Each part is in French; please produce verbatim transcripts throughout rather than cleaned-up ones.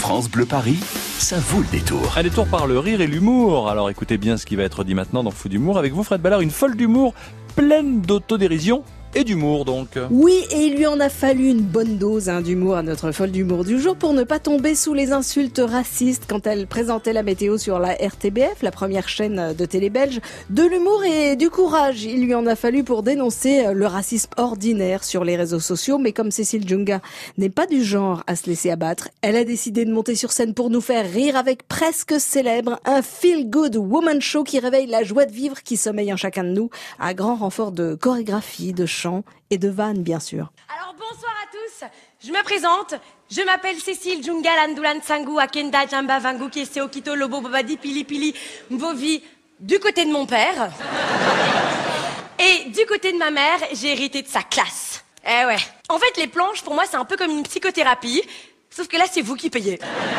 France Bleu Paris, ça vaut le détour. Un détour par le rire et l'humour. Alors écoutez bien ce qui va être dit maintenant dans Fou d'humour. Avec vous Fred Ballard, une folle d'humour pleine d'autodérision et d'humour donc. Oui, et il lui en a fallu une bonne dose hein, d'humour à notre folle d'humour du jour pour ne pas tomber sous les insultes racistes quand elle présentait la météo sur la R T B F, la première chaîne de télé belge. De l'humour et du courage, il lui en a fallu pour dénoncer le racisme ordinaire sur les réseaux sociaux. Mais comme Cécile Djunga n'est pas du genre à se laisser abattre, elle a décidé de monter sur scène pour nous faire rire avec Presque Célèbre, un feel-good woman show qui réveille la joie de vivre qui sommeille en chacun de nous, à grand renfort de chorégraphie, de chant et de vannes, bien sûr. Alors bonsoir à tous, je me présente, je m'appelle Cécile Djunga Landulan Sangu Akenda Jamba Vangu Keseo Kito Lobo Babadi Pili Pili Mbovi du côté de mon père. Et du côté de ma mère, j'ai hérité de sa classe. Eh ouais. En fait, les planches, pour moi, c'est un peu comme une psychothérapie, sauf que là, c'est vous qui payez.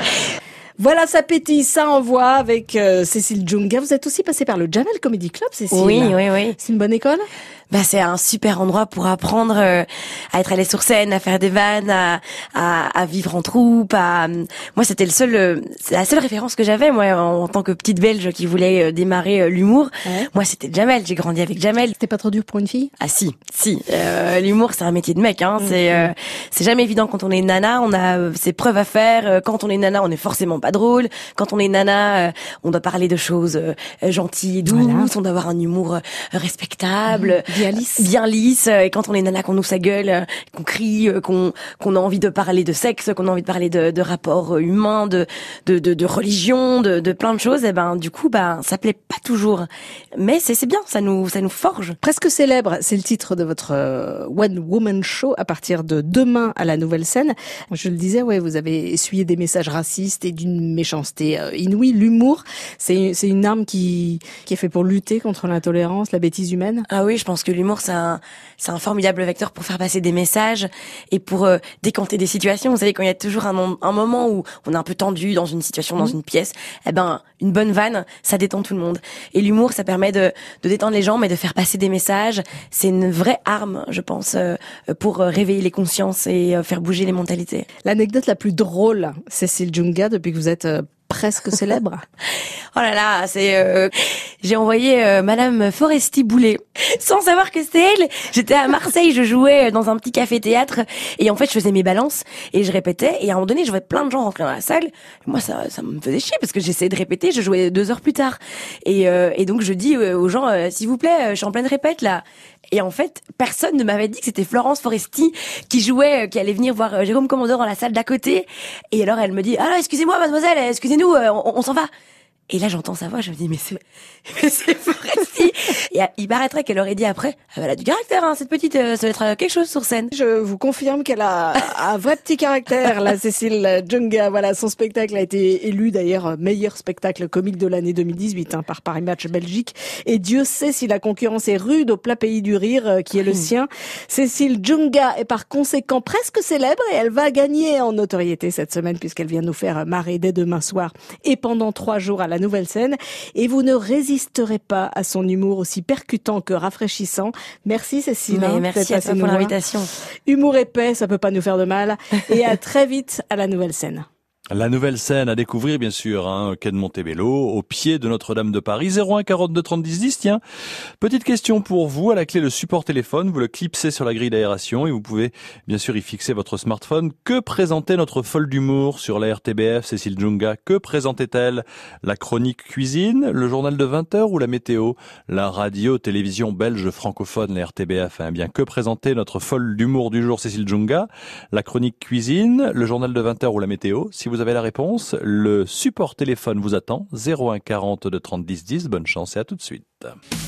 Voilà, ça pétille, ça envoie avec euh, Cécile Djunga. Vous êtes aussi passée par le Jamel Comedy Club, Cécile. Oui, oui, oui. C'est une bonne école ? Bah, c'est un super endroit pour apprendre euh, à être allé sur scène, à faire des vannes, à, à, à vivre en troupe. À... Moi, c'était le seul, euh, c'est la seule référence que j'avais, moi, en, en tant que petite Belge qui voulait euh, démarrer euh, l'humour. Ouais. Moi, c'était Jamel. J'ai grandi avec Jamel. C'était pas trop dur pour une fille ? Ah si, si. Euh, l'humour, c'est un métier de mec. Hein. Mmh. C'est, euh, c'est jamais évident quand on est nana. On a euh, ses preuves à faire. Quand on est nana, on est forcément pas drôle. Quand on est nana, euh, on doit parler de choses euh, gentilles, douces. Voilà. On doit avoir un humour euh, respectable. Mmh. Bien lisse. Bien lisse. Et quand on est nana, qu'on ouvre sa gueule, qu'on crie, qu'on qu'on a envie de parler de sexe, qu'on a envie de parler de, de rapports humains, de de de, de religion, de, de plein de choses, et ben du coup, ben ça plaît pas toujours. Mais c'est c'est bien, ça nous ça nous forge. Presque Célèbre, c'est le titre de votre euh, One Woman Show à partir de demain à la Nouvelle Scène. Je le disais, ouais, vous avez essuyé des messages racistes et d'une méchanceté euh, inouïe. L'humour, c'est c'est une arme qui qui est fait pour lutter contre l'intolérance, la bêtise humaine. Ah oui, je pense que l'humour c'est un c'est un formidable vecteur pour faire passer des messages et pour euh, décanter des situations. Vous savez, quand il y a toujours un, un moment où on est un peu tendu dans une situation, dans une pièce, eh ben une bonne vanne, ça détend tout le monde. Et l'humour, ça permet de, de détendre les gens, mais de faire passer des messages. C'est une vraie arme, je pense, euh, pour réveiller les consciences et euh, faire bouger les mentalités. L'anecdote la plus drôle, Cécile Djunga, depuis que vous êtes euh, Presque Célèbre. Oh là là, c'est euh, j'ai envoyé euh, Madame Foresti Boulet sans savoir que c'était elle. J'étais à Marseille, je jouais dans un petit café-théâtre et en fait je faisais mes balances et je répétais et à un moment donné je voyais plein de gens rentrer dans la salle. Moi ça ça me faisait chier parce que j'essayais de répéter, je jouais deux heures plus tard et euh, et donc je dis aux gens euh, s'il vous plaît, je suis en pleine répète là. Et en fait, personne ne m'avait dit que c'était Florence Foresti qui jouait, qui allait venir voir Jérôme Commandeur dans la salle d'à côté. Et alors elle me dit, ah là, excusez-moi mademoiselle, excusez-nous, on, on s'en va. Et là, j'entends sa voix, je me dis, mais c'est, mais c'est Foresti. Et il paraîtrait qu'elle aurait dit après, ah bah, elle a du caractère, hein, cette petite, euh, ça va être quelque chose sur scène. Je vous confirme qu'elle a un vrai petit caractère, la Cécile Djunga. Voilà, son spectacle a été élu d'ailleurs meilleur spectacle comique de l'année deux mille dix-huit hein, par Paris Match Belgique. Et Dieu sait si la concurrence est rude au plat pays du rire euh, qui est le sien. Cécile Djunga est par conséquent presque célèbre et elle va gagner en notoriété cette semaine puisqu'elle vient nous faire marrer dès demain soir et pendant trois jours à la Nouvelle Scène, et vous ne résisterez pas à son humour aussi percutant que rafraîchissant. Merci Cécile. Mais merci à toi pour l'invitation. Humour épais, ça peut pas nous faire de mal. Et à très vite à la Nouvelle Scène. La Nouvelle Scène à découvrir, bien sûr, hein, quai de Montebello, au pied de Notre-Dame de Paris, zéro un quarante-deux trente dix dix. Tiens, petite question pour vous. À la clé, le support téléphone, vous le clipsez sur la grille d'aération et vous pouvez, bien sûr, y fixer votre smartphone. Que présentait notre folle d'humour sur la R T B F, Cécile Djunga? Que présentait-elle? La chronique cuisine, le journal de vingt heures ou la météo? La radio-télévision belge francophone, la R T B F. Hein, bien, que présentait notre folle d'humour du jour, Cécile Djunga? La chronique cuisine, le journal de vingt heures ou la météo? Si vous avez la réponse, le support téléphone vous attend, zéro un quarante-deux trente dix dix. Bonne chance et à tout de suite.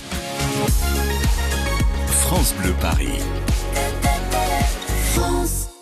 France Bleu Paris. France